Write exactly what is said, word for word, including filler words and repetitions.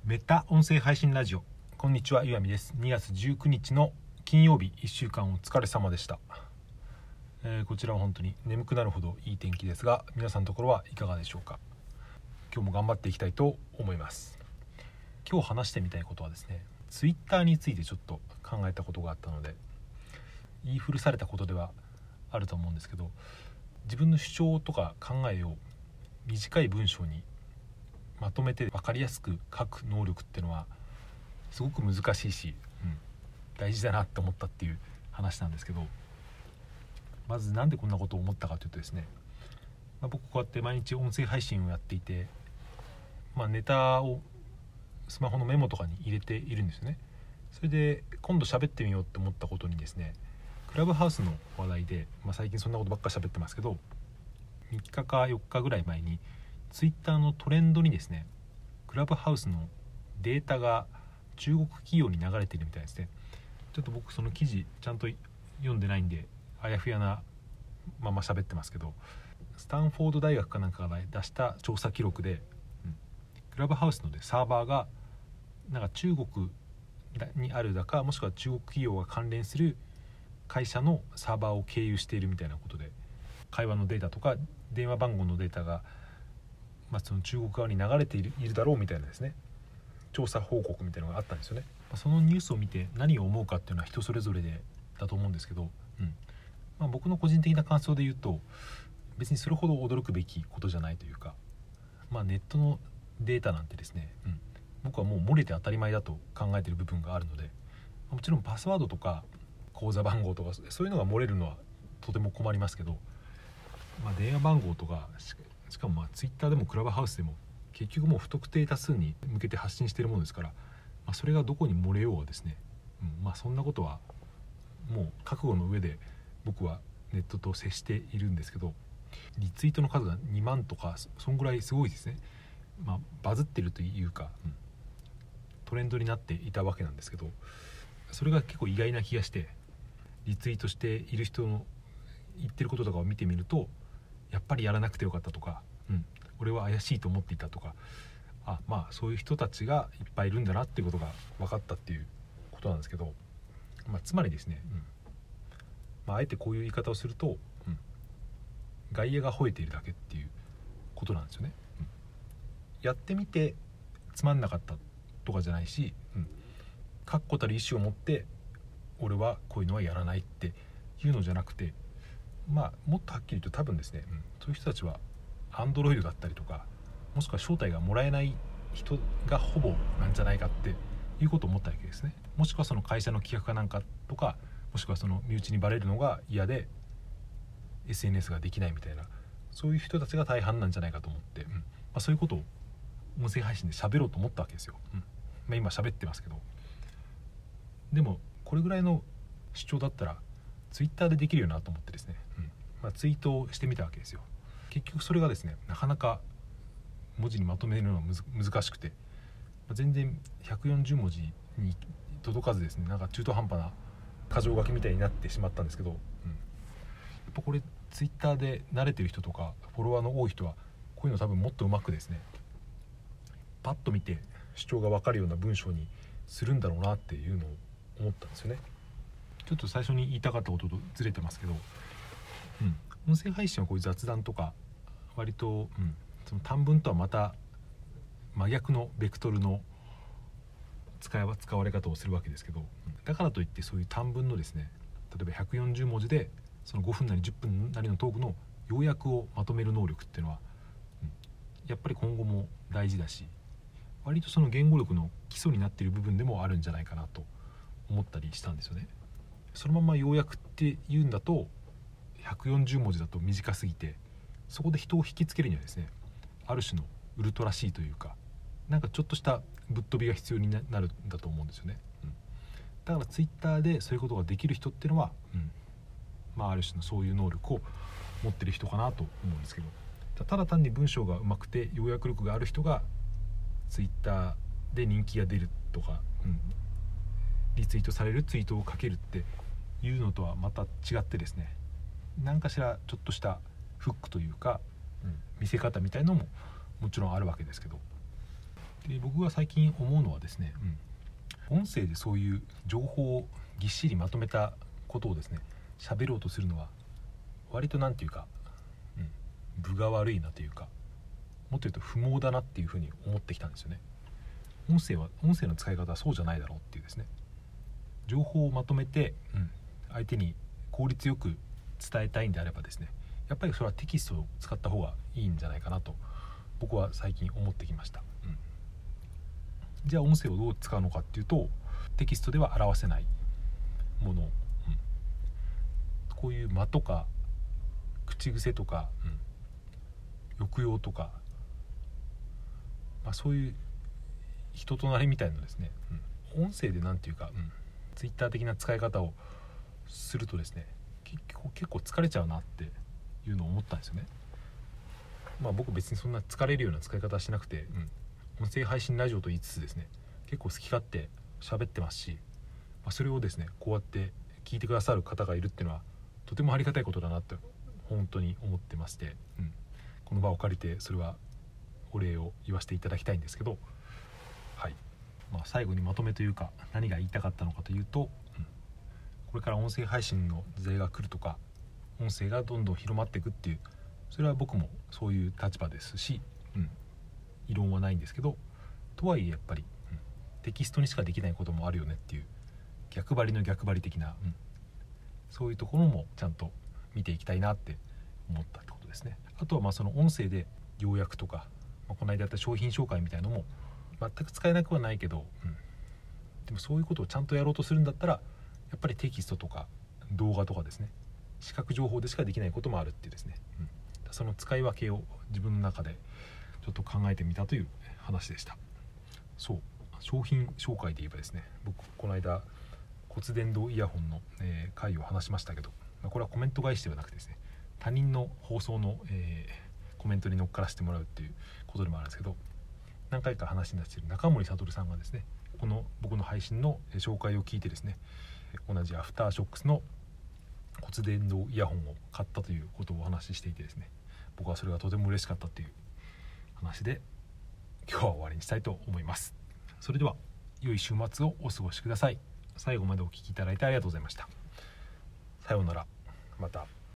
メタ音声配信ラジオ、こんにちは、岩見です。にがつじゅうくにちの金曜日、いっしゅうかんお疲れ様でした。えー、こちらは本当に眠くなるほどいい天気ですが、皆さんのところはいかがでしょうか。今日も頑張っていきたいと思います。今日話してみたいことはですね、ツイッターについてちょっと考えたことがあったので、言い古されたことではあると思うんですけど、自分の主張とか考えを短い文章にまとめて分かりやすく書く能力っていうのはすごく難しいし、うん、大事だなって思ったっていう話なんですけど、まずなんでこんなことを思ったかというとですね、まあ、僕こうやって毎日音声配信をやっていて、まあ、ネタをスマホのメモとかに入れているんですよね。それで今度喋ってみようって思ったことにですね、クラブハウスの話題で、まあ、最近そんなことばっか喋ってますけど、みっかかよっかぐらい前にツイッターのトレンドにですね、クラブハウスのデータが中国企業に流れているみたいですね。ちょっと僕その記事ちゃんと読んでないんであやふやなまま喋ってますけど、スタンフォード大学かなんかが出した調査記録で、うん、クラブハウスのでサーバーがなんか中国にあるだか、もしくは中国企業が関連する会社のサーバーを経由しているみたいなことで、会話のデータとか電話番号のデータがまあ、その中国側に流れている、いるだろうみたいなですね、調査報告みたいなのがあったんですよね。まあ、そのニュースを見て何を思うかっていうのは人それぞれでだと思うんですけど、うんまあ、僕の個人的な感想で言うと、別にそれほど驚くべきことじゃないというか、まあ、ネットのデータなんてですね、うん、僕はもう漏れて当たり前だと考えている部分があるので、もちろんパスワードとか口座番号とかそういうのが漏れるのはとても困りますけど、まあ、電話番号とかしかもまあツイッターでもクラブハウスでも結局もう不特定多数に向けて発信しているものですから、まあ、それがどこに漏れようがですね、うん、まあそんなことはもう覚悟の上で僕はネットと接しているんですけど、リツイートの数がにまんとかそんぐらいすごいですね。まあバズってるというか、うん、トレンドになっていたわけなんですけど、それが結構意外な気がして、リツイートしている人の言ってることとかを見てみると、やっぱりやらなくてよかったとか、うん、俺は怪しいと思っていたとか、あまあそういう人たちがいっぱいいるんだなっていうことが分かったっていうことなんですけど、まあ、つまりですね、うんまあ、あえてこういう言い方をすると、うん、外野が吠えているだけっていうことなんですよね、うん、やってみてつまんなかったとかじゃないし、うん、確固たる意思を持って俺はこういうのはやらないっていうのじゃなくて、まあ、もっとはっきりと多分ですね、うん、そういう人たちはアンドロイドだったりとか、もしくは招待がもらえない人がほぼなんじゃないかっていうことを思ったわけですね。もしくはその会社の企画かなんかとか、もしくはその身内にバレるのが嫌で エスエヌエス ができないみたいな、そういう人たちが大半なんじゃないかと思って、うんまあ、そういうことを音声配信で喋ろうと思ったわけですよ、うんまあ、今喋ってますけど、でもこれぐらいの主張だったらツイッターでできるよなと思ってですね、うんまあ、ツイートをしてみたわけですよ。結局それがですね、なかなか文字にまとめるのはむず難しくて、まあ、全然ひゃくよんじゅうもじに届かずですね、なんか中途半端な箇条書きみたいになってしまったんですけど、うん、やっぱこれツイッターで慣れてる人とかフォロワーの多い人はこういうの多分もっとうまくですね、パッと見て主張が分かるような文章にするんだろうなっていうのを思ったんですよね。ちょっと最初に言いたかったこととずれてますけど、うん、音声配信はこういう雑談とか割と、うん、その短文とはまた真逆のベクトルの使い使われ方をするわけですけど、だからといってそういう短文のですね、例えばひゃくよんじゅうもじでそのごふんなりじゅっぷんなりのトークの要約をまとめる能力っていうのは、うん、やっぱり今後も大事だし、割とその言語力の基礎になっている部分でもあるんじゃないかなと思ったりしたんですよね。そのまま要約って言うんだとひゃくよんじゅうもじだと短すぎて、そこで人を引きつけるにはですね、ある種のウルトラ C というか、なんかちょっとしたぶっ飛びが必要になるんだと思うんですよね、うん、だからツイッターでそういうことができる人っていうのは、うんまあ、ある種のそういう能力を持ってる人かなと思うんですけど、ただ単に文章が上手くて要約力がある人がツイッターで人気が出るとか、うん、リツイートされるツイートをかけるっていうのとはまた違ってですね、何かしらちょっとしたフックというか、うん、見せ方みたいのももちろんあるわけですけど、 で僕が最近思うのはですね、うん、音声でそういう情報をぎっしりまとめたことをですね喋ろうとするのは割となんていうか、うん、分が悪いなというか、もっと言うと不毛だなっていうふうに思ってきたんですよね。音声は音声の使い方はそうじゃないだろうっていうですね、情報をまとめて、うん、相手に効率よく伝えたいんであればですね、やっぱりそれはテキストを使った方がいいんじゃないかなと僕は最近思ってきました、うん、じゃあ音声をどう使うのかっていうと、テキストでは表せないもの、うん、こういう間とか口癖とか、うん、抑揚とか、まあ、そういう人となりみたいなですね、うん、音声でなんていうか、うん、ツイッター的な使い方をするとですね、結構結構疲れちゃうなっていうのを思ったんですよね。まあ僕別にそんな疲れるような使い方はしなくて、うん、音声配信ラジオと言いつつですね、結構好き勝手喋ってますし、まあ、それをですねこうやって聞いてくださる方がいるっていうのはとてもありがたいことだなって本当に思ってまして、うん、この場を借りてそれはお礼を言わせていただきたいんですけど、はい、まあ、最後にまとめというか何が言いたかったのかというと、うん、これから音声配信の時代が来るとか、音声がどんどん広まっていくっていう、それは僕もそういう立場ですし、うん、異論はないんですけど、とはいえやっぱり、うん、テキストにしかできないこともあるよねっていう、逆張りの逆張り的な、うん、そういうところもちゃんと見ていきたいなって思ったってことですね。あとはまあその音声で要約とか、まあ、この間やった商品紹介みたいのも全く使えなくはないけど、うん、でもそういうことをちゃんとやろうとするんだったらやっぱりテキストとか動画とかですね、視覚情報でしかできないこともあるっていうですね、うん、その使い分けを自分の中でちょっと考えてみたという話でした。そう、商品紹介で言えばですね、僕この間骨伝導イヤホンの、えー、回を話しましたけど、まあ、これはコメント返しではなくてですね、他人の放送の、えー、コメントに乗っからせてもらうっていうことでもあるんですけど、何回か話に出している中森悟さんがですね、この僕の配信の紹介を聞いてですね、同じアフターショックスの骨伝導イヤホンを買ったということをお話ししていてですね、僕はそれがとても嬉しかったという話で今日は終わりにしたいと思います。それでは良い週末をお過ごしください。最後までお聞きいただいてありがとうございました。さようなら、また。